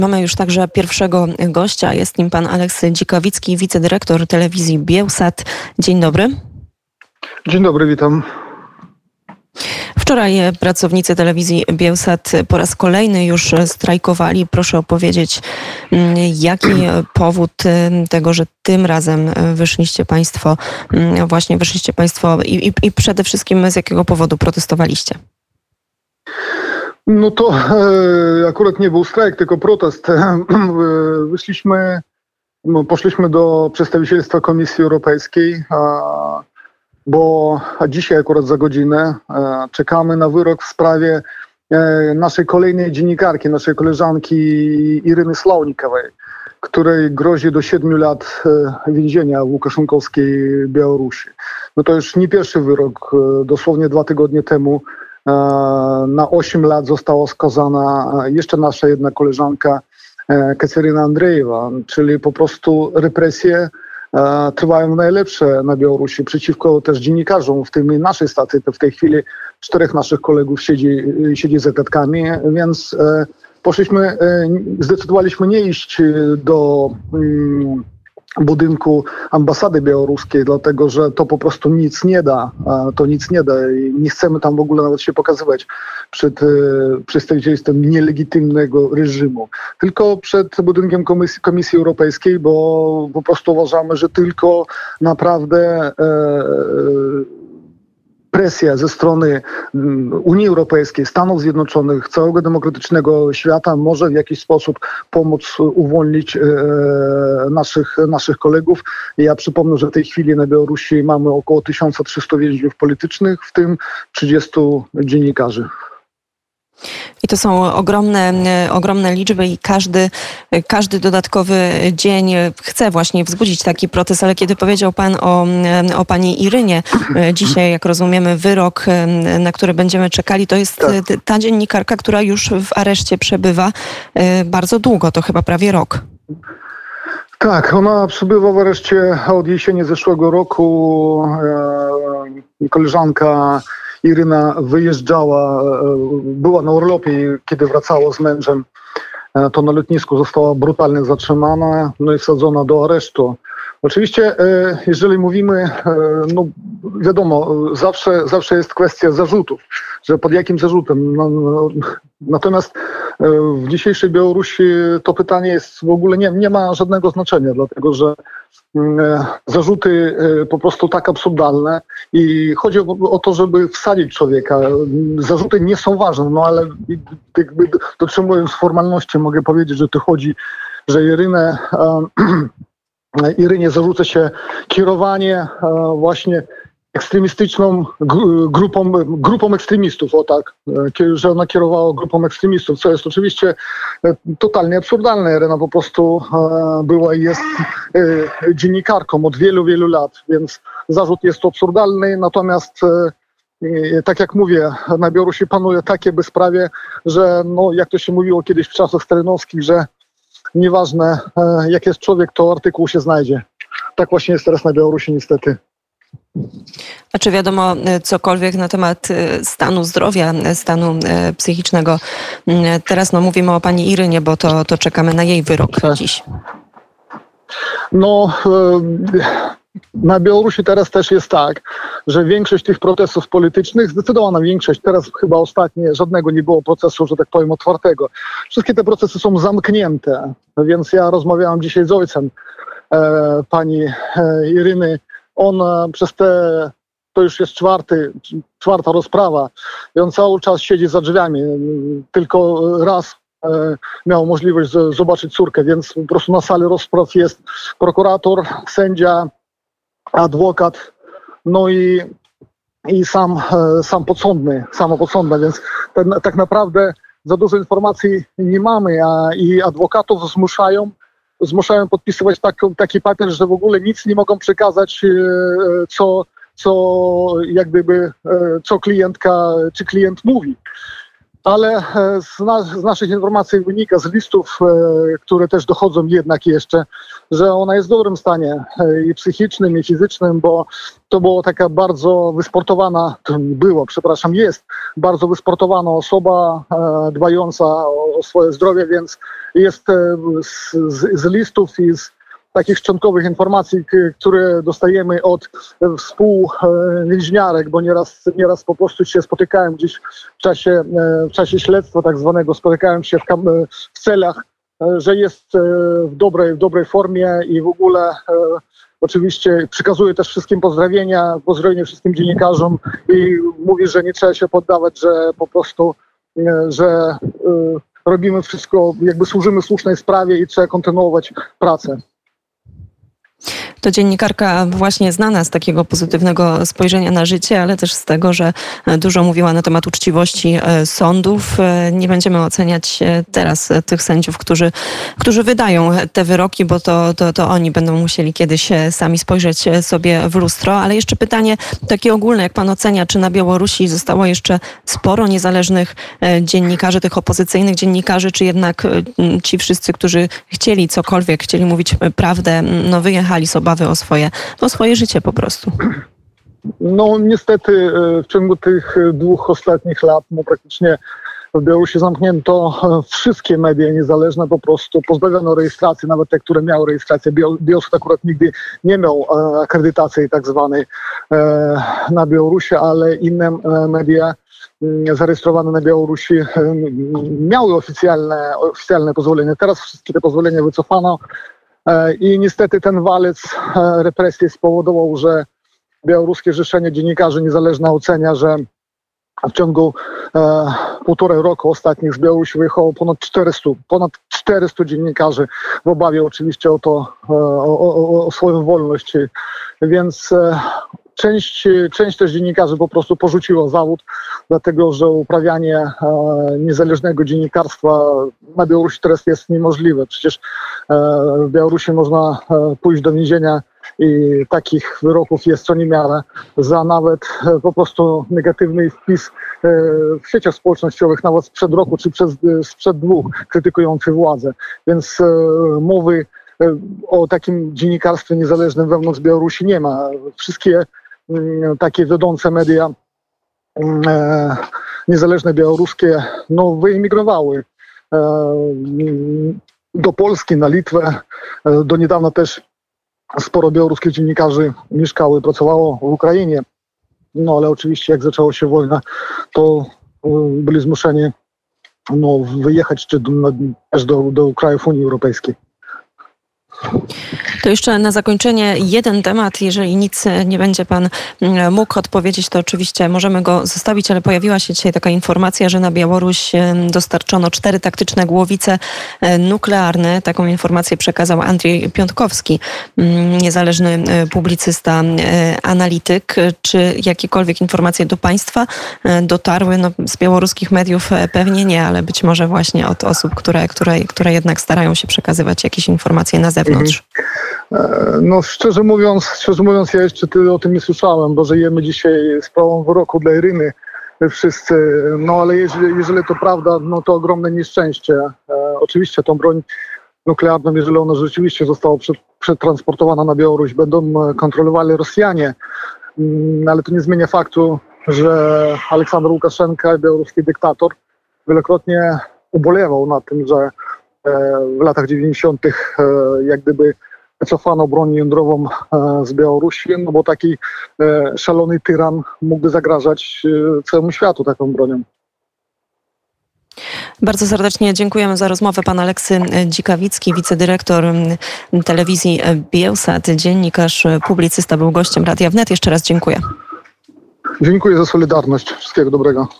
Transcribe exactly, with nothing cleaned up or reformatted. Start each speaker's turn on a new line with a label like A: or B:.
A: Mamy już także pierwszego gościa. Jest nim pan Aleks Dzikawicki, wicedyrektor telewizji Biełsat. Dzień dobry.
B: Dzień dobry, witam.
A: Wczoraj pracownicy telewizji Biełsat po raz kolejny już strajkowali. Proszę opowiedzieć, jaki powód tego, że tym razem wyszliście państwo, właśnie wyszliście państwo i, i, i przede wszystkim z jakiego powodu protestowaliście?
B: No to e, akurat nie był strajk, tylko protest. E, wyszliśmy, no, poszliśmy do przedstawicielstwa Komisji Europejskiej, a, bo a dzisiaj akurat za godzinę e, czekamy na wyrok w sprawie e, naszej kolejnej dziennikarki, naszej koleżanki Iryny Sławnikowej, której grozi do siedmiu lat e, więzienia w łukaszenkowskiej Białorusi. No to już nie pierwszy wyrok, e, dosłownie dwa tygodnie temu na osiem lat została skazana jeszcze nasza jedna koleżanka Kateryna Andrejewa, czyli po prostu represje trwają najlepsze na Białorusi przeciwko też dziennikarzom, w tym i naszej stacji. W tej chwili czterech naszych kolegów siedzi, siedzi za kratkami, więc poszliśmy, zdecydowaliśmy nie iść do budynku ambasady białoruskiej, dlatego że to po prostu nic nie da. To nic nie da i nie chcemy tam w ogóle nawet się pokazywać przed przedstawicielstwem nielegitymnego reżimu. Tylko przed budynkiem Komisji, Komisji Europejskiej, bo po prostu uważamy, że tylko naprawdę e, presja ze strony Unii Europejskiej, Stanów Zjednoczonych, całego demokratycznego świata może w jakiś sposób pomóc uwolnić e, naszych, naszych kolegów. Ja przypomnę, że w tej chwili na Białorusi mamy około tysiąc trzysta więźniów politycznych, w tym trzydziestu dziennikarzy.
A: I to są ogromne, ogromne liczby i każdy, każdy dodatkowy dzień chce właśnie wzbudzić taki protest, ale kiedy powiedział pan o, o pani Irynie, dzisiaj, jak rozumiemy, wyrok, na który będziemy czekali, to jest tak. Ta dziennikarka, która już w areszcie przebywa bardzo długo, to chyba prawie rok.
B: Tak, ona przebywa w areszcie od jesieni zeszłego roku. Koleżanka Iryna wyjeżdżała, była na urlopie, kiedy wracała z mężem, to na lotnisku została brutalnie zatrzymana, no i wsadzona do aresztu. Oczywiście, jeżeli mówimy, no wiadomo, zawsze, zawsze jest kwestia zarzutów, że pod jakim zarzutem. No, no, natomiast w dzisiejszej Białorusi to pytanie jest w ogóle nie, nie ma żadnego znaczenia, dlatego że zarzuty po prostu tak absurdalne i chodzi o, o to, żeby wsadzić człowieka. Zarzuty nie są ważne, no ale jakby dotrzymując formalności mogę powiedzieć, że tu chodzi, że Irynę, Irynie zarzuca się kierowanie właśnie ekstremistyczną grupą, grupą ekstremistów, o tak, że ona kierowała grupą ekstremistów, co jest oczywiście totalnie absurdalne. Irena po prostu była i jest dziennikarką od wielu, wielu lat, więc zarzut jest absurdalny, natomiast tak jak mówię, na Białorusi panuje takie bezprawie, że no, jak to się mówiło kiedyś w czasach stalinowskich, że nieważne jak jest człowiek, to artykuł się znajdzie. Tak właśnie jest teraz na Białorusi niestety.
A: A czy wiadomo cokolwiek na temat stanu zdrowia, stanu psychicznego? Teraz no, mówimy o pani Irynie, bo to, to czekamy na jej wyrok dziś.
B: No, na Białorusi teraz też jest tak, że większość tych protestów politycznych, zdecydowana większość, teraz chyba ostatnie, żadnego nie było procesu, że tak powiem, otwartego. Wszystkie te procesy są zamknięte, więc ja rozmawiałem dzisiaj z ojcem e, pani e, Iryny. On przez te, to już jest czwarty, czwarta rozprawa i on cały czas siedzi za drzwiami. Tylko raz e, miał możliwość z, zobaczyć córkę, więc po prostu na sali rozpraw jest prokurator, sędzia, adwokat, no i, i sam, e, sam podsądny, samo podsądne, więc ten, tak naprawdę za dużo informacji nie mamy, a i adwokatów zmuszają zmuszają podpisywać tak, taki papier, że w ogóle nic nie mogą przekazać, co, co jak gdyby, co klientka czy klient mówi. ale z, na, z naszych informacji wynika, z listów, które też dochodzą jednak jeszcze, że ona jest w dobrym stanie i psychicznym, i fizycznym, bo to była taka bardzo wysportowana, to było, przepraszam, jest bardzo wysportowana osoba, dbająca o, o swoje zdrowie, więc jest z, z, z listów i z takich szczątkowych informacji, które dostajemy od współwięźniarek, bo nieraz, nieraz po prostu się spotykałem gdzieś w czasie, w czasie śledztwa tak zwanego, spotykałem się w, kam- w celach, że jest w dobrej, w dobrej formie i w ogóle oczywiście przekazuję też wszystkim pozdrowienia, pozdrowienia wszystkim dziennikarzom i mówi, że nie trzeba się poddawać, że po prostu, że robimy wszystko, jakby służymy słusznej sprawie i trzeba kontynuować pracę.
A: To dziennikarka właśnie znana z takiego pozytywnego spojrzenia na życie, ale też z tego, że dużo mówiła na temat uczciwości sądów. Nie będziemy oceniać teraz tych sędziów, którzy, którzy wydają te wyroki, bo to, to, to oni będą musieli kiedyś sami spojrzeć sobie w lustro. Ale jeszcze pytanie takie ogólne, jak pan ocenia, czy na Białorusi zostało jeszcze sporo niezależnych dziennikarzy, tych opozycyjnych dziennikarzy, czy jednak ci wszyscy, którzy chcieli cokolwiek, chcieli mówić prawdę, no wyjechali z obawy o swoje, o swoje życie po prostu?
B: No niestety w ciągu tych dwóch ostatnich lat no, praktycznie w Białorusi zamknięto wszystkie media niezależne, po prostu pozbawiono rejestracji, nawet te, które miały rejestrację. Białorus akurat nigdy nie miał akredytacji tak zwanej na Białorusi, ale inne media zarejestrowane na Białorusi miały oficjalne, oficjalne pozwolenie. Teraz wszystkie te pozwolenia wycofano. I niestety ten walec represji spowodował, że Białoruskie Zrzeszenie Dziennikarzy Niezależne ocenia, że w ciągu e, półtorej roku ostatnich z Białorusi wyjechało ponad czterysta, ponad czterysta dziennikarzy w obawie oczywiście o to, e, o, o, o swoją wolność. Więc e, część, część też dziennikarzy po prostu porzuciło zawód, dlatego że uprawianie e, niezależnego dziennikarstwa na Białorusi teraz jest niemożliwe. Przecież e, w Białorusi można e, pójść do więzienia i takich wyroków jest co niemiarę za nawet e, po prostu negatywny wpis e, w sieciach społecznościowych, nawet sprzed roku czy przez, sprzed dwóch, krytykujący władzę. Więc e, mowy e, o takim dziennikarstwie niezależnym wewnątrz Białorusi nie ma. Wszystkie m, takie wiodące media e, niezależne białoruskie no, wyemigrowały e, do Polski, na Litwę. E, do niedawna też sporo białoruskich dziennikarzy mieszkało i pracowało w Ukrainie. No ale oczywiście jak zaczęła się wojna, to y, byli zmuszeni no, wyjechać czy do, też do, do krajów Unii Europejskiej.
A: To jeszcze na zakończenie jeden temat, jeżeli nic nie będzie pan mógł odpowiedzieć, to oczywiście możemy go zostawić, ale pojawiła się dzisiaj taka informacja, że na Białoruś dostarczono cztery taktyczne głowice nuklearne. Taką informację przekazał Andrzej Piątkowski, niezależny publicysta, analityk. Czy jakiekolwiek informacje do państwa dotarły? No, z białoruskich mediów pewnie nie, ale być może właśnie od osób, które, które, które jednak starają się przekazywać jakieś informacje na zewnątrz.
B: No szczerze mówiąc, szczerze mówiąc, ja jeszcze tyle o tym nie słyszałem, bo żyjemy dzisiaj sprawą wyroku dla Iryny wszyscy. No ale jeżeli, jeżeli to prawda, no to ogromne nieszczęście. E, oczywiście tą broń nuklearną, jeżeli ona rzeczywiście została przed, przetransportowana na Białoruś, będą kontrolowali Rosjanie. Mm, ale to nie zmienia faktu, że Aleksander Łukaszenka, białoruski dyktator, wielokrotnie ubolewał nad tym, że w latach dziewięćdziesiątych jak gdyby cofano broń jądrową z Białorusi, no bo taki szalony tyran mógłby zagrażać całemu światu taką bronią.
A: Bardzo serdecznie dziękujemy za rozmowę. Pan Aleksy Dzikawicki, wicedyrektor telewizji Bielsat, dziennikarz, publicysta, był gościem Radia Wnet. Jeszcze raz dziękuję.
B: Dziękuję za solidarność. Wszystkiego dobrego.